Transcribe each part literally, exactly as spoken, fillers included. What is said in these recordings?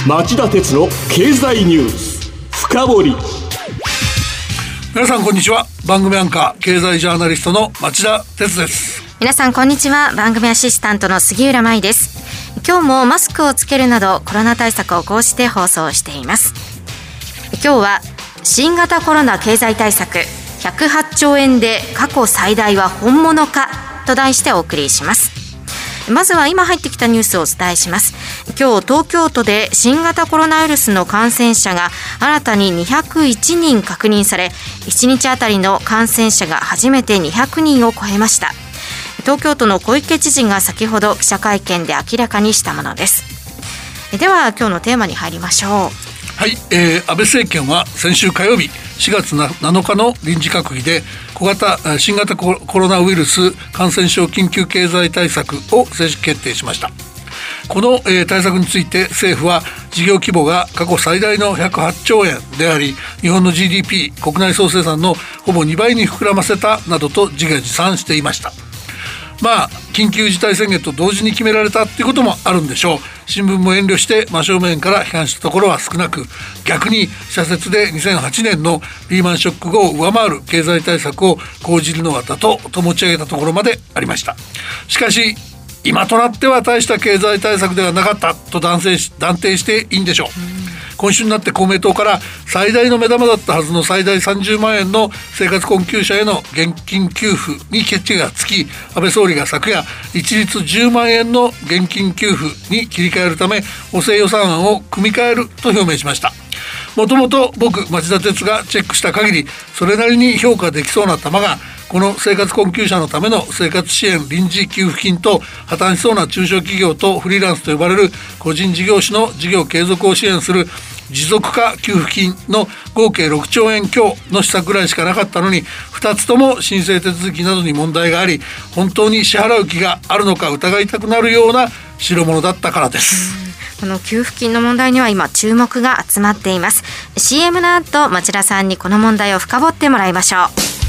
町田鉄の経済ニュース深掘り。 皆さんこんにちは。番組アンカー経済ジャーナリストの町田鉄です。 皆さんこんにちは。番組アシスタントの杉浦舞です。今日もマスクをつけるなどコロナ対策を講じて放送しています。今日は新型コロナ経済対策ひゃくはちちょうえんで過去最大は本物かと題してお送りします。まずは今入ってきたニュースをお伝えします。今日東京都で新型コロナウイルスの感染者が新たににひゃくいちにん確認され、いちにちあたりの感染者が初めてにひゃくにんを超えました。東京都の小池知事が先ほど記者会見で明らかにしたものです。では今日のテーマに入りましょう。 はい、えー、安倍政権は先週火曜日しがつなのかの臨時閣議で小型新型コロナウイルス感染症緊急経済対策を正式決定しました。この、えー、対策について政府は事業規模が過去最大のひゃくはちちょうえんであり、日本の ジーディーピー 国内総生産のほぼにばいに膨らませたなどと自画自賛していました。まあ緊急事態宣言と同時に決められたっていうこともあるんでしょう。新聞も遠慮して真正面から批判したところは少なく、逆に社説でにせんはちねんのリーマンショック後を上回る経済対策を講じるのは妥当と持ち上げたところまでありました。しかし今となっては大した経済対策ではなかったと断定し、断定していいんでしょう。今週になって公明党から最大の目玉だったはずの最大さんじゅうまんえんの生活困窮者への現金給付に決定がつき、安倍総理が昨夜一律じゅうまんえんの現金給付に切り替えるため補正予算案を組み替えると表明しました。もともと僕町田鉄がチェックした限りそれなりに評価できそうな玉が、この生活困窮者のための生活支援臨時給付金と破綻しそうな中小企業とフリーランスと呼ばれる個人事業主の事業継続を支援する持続化給付金の合計ろくちょうえん強の施策ぐらいしかなかったのに、ふたつとも申請手続きなどに問題があり、本当に支払う気があるのか疑いたくなるような代物だったからです。 この給付金の問題には今注目が集まっています。 シーエム の後町田さんにこの問題を深掘ってもらいましょ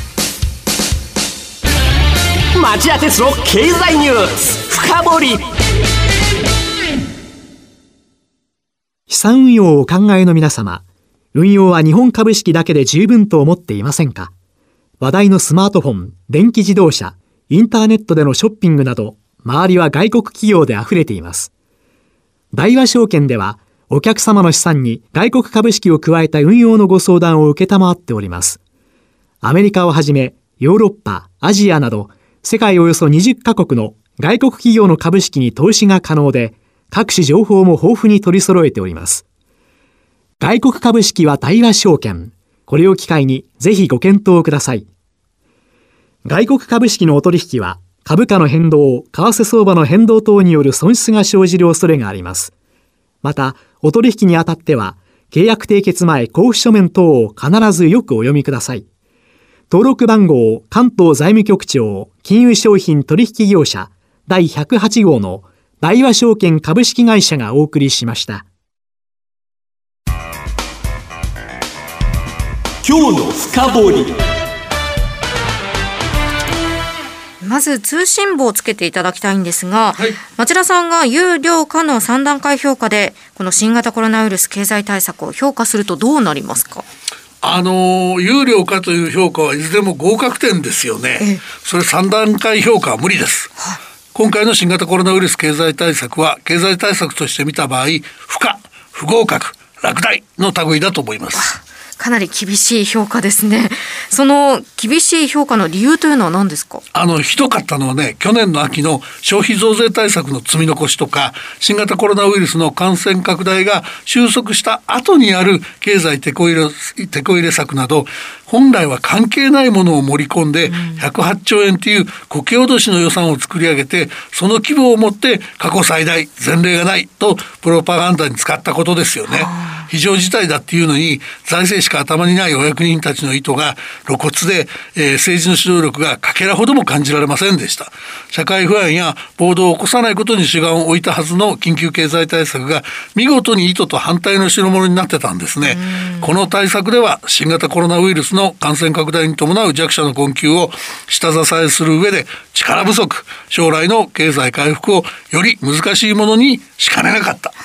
う。町田鉄の経済ニュース深掘り。 資産運用をお考えの皆様、運用は日本株式だけで十分と思っていませんか？話題のスマートフォン、電気自動車、インターネットでのショッピングなど、周りは外国企業であふれています。大和証券ではお客様の資産に外国株式を加えた運用のご相談を承っております。アメリカをはじめヨーロッパ、アジアなど世界およそにじゅっかこくの外国企業の株式に投資が可能で、各種情報も豊富に取り揃えております。外国株式は大和証券。これを機会にぜひご検討ください。外国株式のお取引は株価の変動、為替相場の変動等による損失が生じる恐れがあります。また、お取引にあたっては、契約締結前交付書面等を必ずよくお読みください。登録番号、関東財務局長、金融商品取引業者、だいひゃくはちごうの大和証券株式会社がお送りしました。 今日の深掘り。 まず通信簿をつけていただきたいんですが、 はい、 町田さんが有料可のさんだんかい評価でこの新型コロナウイルス経済対策を評価するとどうなりますか？ あの有料かという評価はいずれも合格点ですよね。ええ、それさんだんかい評価は無理です。はい、今回の新型コロナウイルス経済対策は経済対策として見た場合、不可、不合格、落第の類だと思います。 かなり厳しい評価ですね。その厳しい評価の理由というのは何ですか？ あのひどかったのはね、去年の秋の消費増税対策の積み残しとか、新型コロナウイルスの感染拡大が収束した後にある経済テこ入れ、テこ入れ策など、本来は関係ないものを盛り込んでひゃくはちちょうえんというこけおどしの予算を作り上げて、その規模をもって過去最大、前例がないとプロパガンダに使ったことですよね。非常事態だっていうのに財政しか頭にないお役人たちの意図が露骨で、えー、政治の指導力がかけらほども感じられませんでした。社会不安や暴動を起こさないことに主眼を置いたはずの緊急経済対策が見事に意図と反対の代物になってたんですね。この対策では新型コロナウイルスの感染拡大に伴う弱者の困窮を下支えする上で力不足、将来の経済回復をより難しいものにしかねなかった。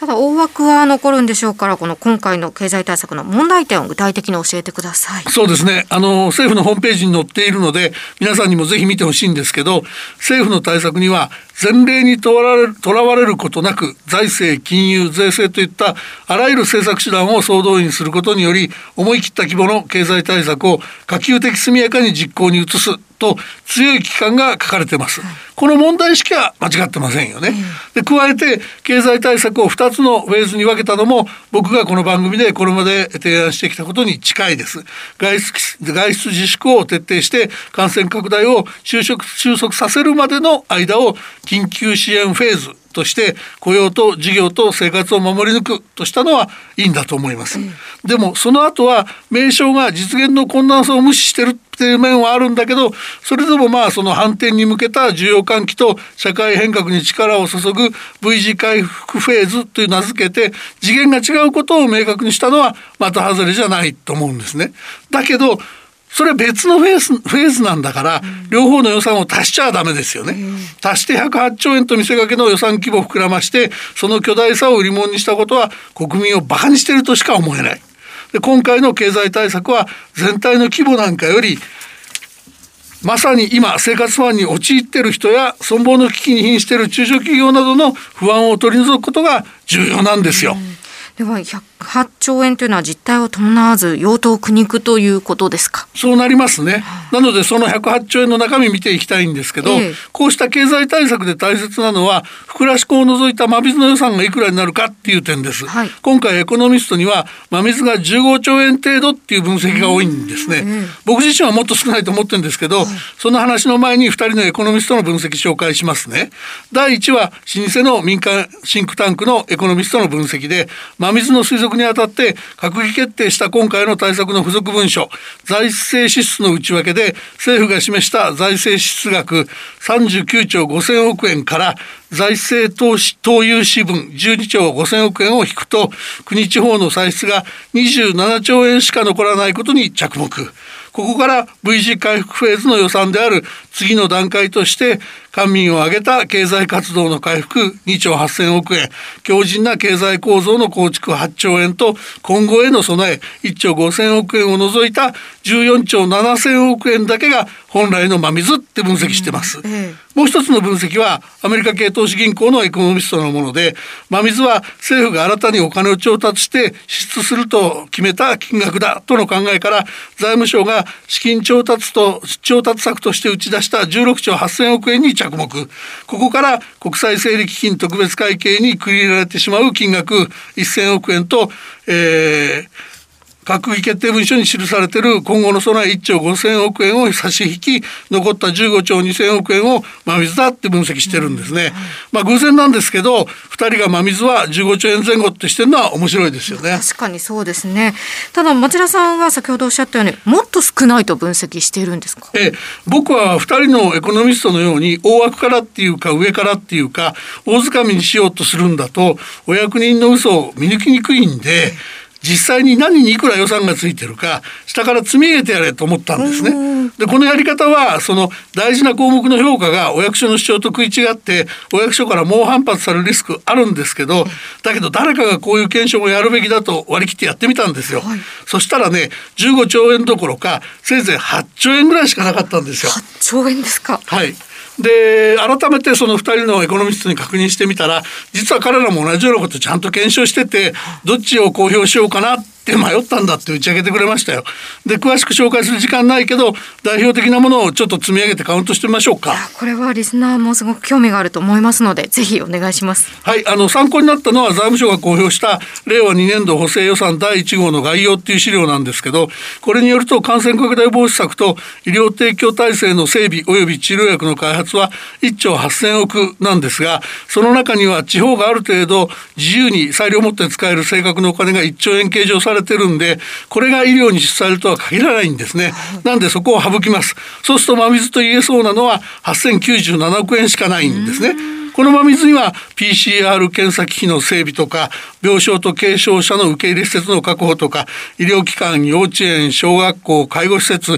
ただ大枠は残るんでしょうから、この今回の経済対策の問題点を具体的に教えてください。 そうですね、あの政府のホームページに載っているので皆さんにもぜひ見てほしいんですけど、政府の対策には前例にとらわれる、とらわれることなく財政、金融、税制といったあらゆる政策手段を総動員することにより、思い切った規模の経済対策を可及的速やかに実行に移すと強い危機感が書かれています、はい、この問題意識は間違ってませんよね、うん、で加えて経済対策をふたつのフェーズに分けたのも僕がこの番組でこれまで提案してきたことに近いです。外出、外出自粛を徹底して感染拡大を収束、収束させるまでの間を緊急支援フェーズとして雇用と事業と生活を守り抜くとしたのはいいんだと思います、うん、でもその後は名称が実現の困難さを無視してるっていう面はあるんだけど、それでもまあその反転に向けた需要喚起と社会変革に力を注ぐ V 字回復フェーズという名付けて次元が違うことを明確にしたのはまた外れじゃないと思うんですね。だけどそれは別のフェーズ、フェーズなんだから、うん、両方の予算を足しちゃダメですよね、うん、足してひゃくはちちょうえんと見せかけの予算規模を膨らましてその巨大さを売り物にしたことは国民をバカにしているとしか思えない。で今回の経済対策は全体の規模なんかよりまさに今生活不安に陥っている人や存亡の危機に瀕している中小企業などの不安を取り除くことが重要なんですよ、うんではひゃくはちちょうえんというのは実態を伴わず用途苦肉ということですか。 そうなりますね。なのでそのひゃくはちちょうえんの中身見ていきたいんですけど、ええ、こうした経済対策で大切なのは膨らし粉を除いた真水の予算がいくらになるかっていう点です、はい、今回エコノミストには真水がじゅうごちょうえん程度っていう分析が多いんですね、え、僕自身はもっと少ないと思ってるんですけど、はい、その話の前にふたりのエコノミストの分析紹介しますね。だいいちは老舗の民間シンクタンクのエコノミストの分析で、真水の推測にあたって閣議決定した今回の対策の付属文書財政支出の内訳で政府が示した財政支出額さんじゅうきゅうちょうごせんおくえんから財政投資投融資分じゅうにちょうごせんおくえんを引くと国地方の歳出がにじゅうななちょうえんしか残らないことに着目。ここから V 字回復フェーズの予算である次の段階として官民を挙げた経済活動の回復にちょうはっせんおくえん、強靭な経済構造の構築はっちょうえんと今後への備えいっちょうごせんおくえんを除いたじゅうよんちょうななせんおくえんだけが本来の真水って分析してます、うんうん、もう一つの分析はアメリカ系投資銀行のエコノミストのもので、真水は政府が新たにお金を調達して支出すると決めた金額だとの考えから財務省が資金調達と調達策として打ち出したじゅうろくちょうはっせんおくえんに着目。ここから国際整理基金特別会計に繰り入れられてしまう金額せんおくえんと、えー閣議決定文書に記されている今後の備えいっちょうごせんおくえんを差し引き残ったじゅうごちょうにせんおくえんを真水だって分析してるんですね、まあ偶然なんですけどふたりが真水はじゅうごちょうえんぜん後ってしてるのは面白いですよね。 確かにそうですね。ただ町田さんは先ほどおっしゃったようにもっと少ないと分析しているんですか。 ええ、僕はふたりのエコノミストのように大枠からっていうか上からっていうか大掴みにしようとするんだとお役人の嘘を見抜きにくいんで、実際に何にいくら予算がついてるか下から積み上げてやれと思ったんですね。でこのやり方はその大事な項目の評価がお役所の主張と食い違ってお役所から猛反発されるリスクあるんですけど、だけど誰かがこういう検証をやるべきだと割り切ってやってみたんですよ、はい、そしたらねじゅうごちょうえんどころかせいぜいはっちょうえんぐらいしかなかったんですよ。 はっちょうえんですか。 はい。で改めてそのふたりのエコノミストに確認してみたら実は彼らも同じようなことをちゃんと検証しててどっちを公表しようかなって迷ったんだって打ち明けてくれましたよ。で詳しく紹介する時間ないけど代表的なものをちょっと積み上げてカウントしてみましょうか。 これはリスナーもすごく興味があると思いますのでぜひお願いします。 はい、あの参考になったのは財務省が公表したれいわにねんど補正予算だいいちごうの概要っていう資料なんですけど、これによると感染拡大防止策と医療提供体制の整備および治療薬の開発はいっちょうはっせんおくなんですが、その中には地方がある程度自由に裁量を持って使える正確なお金がいっちょうえん計上されてるんでこれが医療に支出されるとは限らないんですね。なんでそこを省きます。そうすると真水と言えそうなのははっせんきゅうじゅうななおくえんしかないんですね。この真水には ピーシーアール 検査機器の整備とか病床と軽症者の受け入れ施設の確保とか医療機関幼稚園小学校介護施設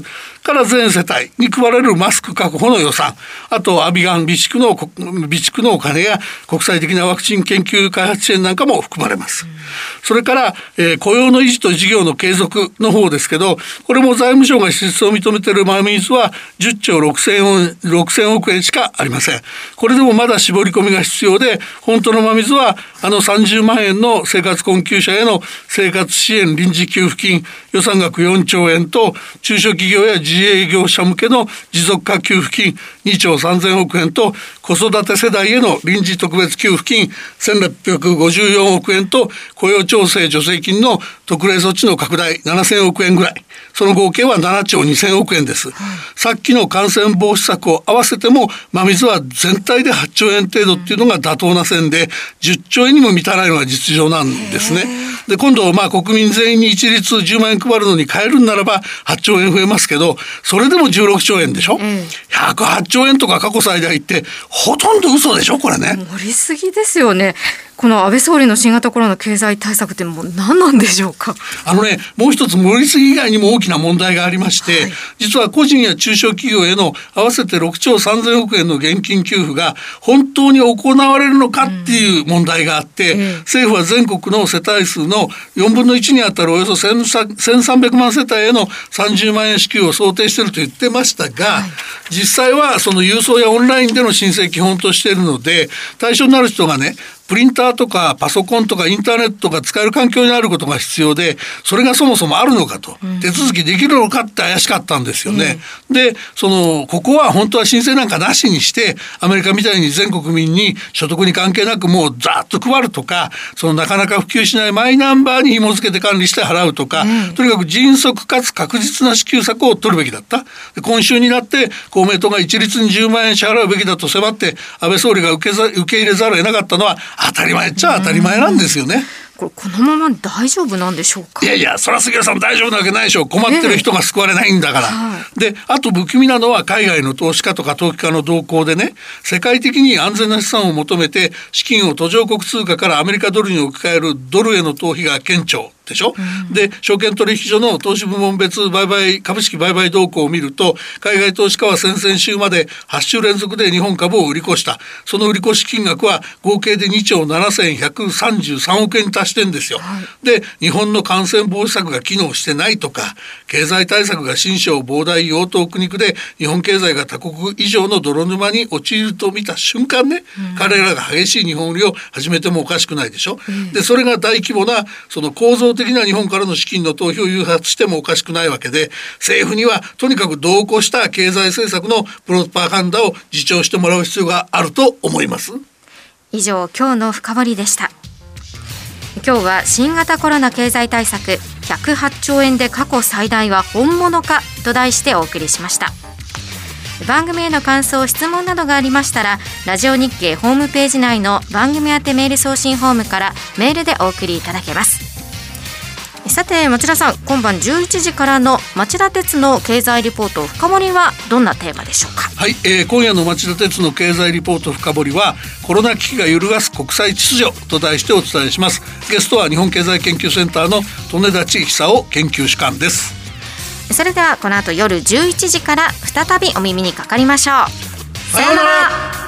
から全世帯に配られるマスク確保の予算、あとアビガン備蓄の備蓄のお金や国際的なワクチン研究開発支援なんかも含まれます。うん、それから、えー、雇用の維持と事業の継続の方ですけど、これも財務省が支出を認めている真水はじゅっちょうろくせんおくえんしかありません。これでもまだ絞り込みが必要で、本当の真水はあのさんじゅうまんえんの生活困窮者への生活支援臨時給付金予算額よんちょうえんと、中小企業や自営業者向けの持続化給付金にちょうさんぜんおくえんと、子育て世代への臨時特別給付金せんろっぴゃくごじゅうよんおくえんと、雇用調整助成金の特例措置の拡大ななせんおくえんぐらい、その合計はななちょうにせんおくえんです。はい、さっきの感染防止策を合わせても真水は全体ではっちょうえん程度っていうのが妥当な線で、じゅっちょうえんにも満たないのが実情なんですね。で今度まあ国民全員に一律じゅうまんえん配るのに変えるならばはっちょうえん増えますけど、それでもじゅうろくちょうえんでしょ、うん、ひゃくはちちょうえんとか過去最大ってほとんど嘘でしょこれね。 盛りすぎですよね。この安倍総理の新型コロナ経済対策ってもう何なんでしょうか。 あのね、もう一つ盛りすぎ以外にも大きな問題がありまして、はい、実は個人や中小企業への合わせてろくちょうさんぜんおくえんの現金給付が本当に行われるのかっていう問題があって、うん、政府は全国の世帯数のよんぶんのいちにあたるおよそせんさんびゃくまん世帯へのさんじゅうまんえん支給を想定していると言ってましたが、はい、実際はその郵送やオンラインでの申請基本としているので、対象になる人がね、プリンターとかパソコンとかインターネットが使える環境にあることが必要で、それがそもそもあるのかと、うん、手続きできるのかって怪しかったんですよね。うん、でそのここは本当は申請なんかなしにして、アメリカみたいに全国民に所得に関係なくもうざっと配るとか、そのなかなか普及しないマイナンバーに紐付けて管理して払うとか、うん、とにかく迅速かつ確実な支給策を取るべきだった。で今週になって公明党が一律にじゅうまんえん支払うべきだと迫って安倍総理が受けざ受け入れざるを得なかったのは当たり前っちゃ当たり前なんですよね。 これこのまま大丈夫なんでしょうか。 いやいや、そら杉浦さんも大丈夫なわけないでしょう。困ってる人が救われないんだから、えーはい、であと不気味なのは海外の投資家とか投機家の動向でね、世界的に安全な資産を求めて資金を途上国通貨からアメリカドルに置き換えるドルへの逃避が顕著でしょ、うん、で証券取引所の投資部門別売買株式売買動向を見ると、海外投資家は先々週まではちしゅうれんぞくで日本株を売り越した。その売り越し金額は合計でにちょうななせんひゃくさんじゅうさんおくえんに達してんですよ。はい、で日本の感染防止策が機能してないとか、経済対策が心象膨大用途苦肉で日本経済が他国以上の泥沼に陥ると見た瞬間ね、うん、彼らが激しい日本売りを始めてもおかしくないでしょ。うん、でそれが大規模なその構造的な日本からの資金の逃避を誘発してもおかしくないわけで、政府にはとにかく同行した経済政策のプロパガンダを自重してもらう必要があると思います。 以上、今日の深掘りでした。今日は新型コロナ経済対策ひゃくはちちょうえんで過去最大は本物かと題してお送りしました。番組への感想質問などがありましたら、ラジオ日経ホームページ内の番組宛てメール送信フォームからメールでお送りいただけます。さて町田さん、今晩じゅういちじからの町田鉄の経済リポート深掘りはどんなテーマでしょうか。 はい、えー、今夜の町田鉄の経済リポート深掘りは、コロナ危機が揺るがす国際秩序と題してお伝えします。ゲストは日本経済研究センターの利根立久夫研究主幹です。 それではこの後夜じゅういちじから再びお耳にかかりましょう。さようなら。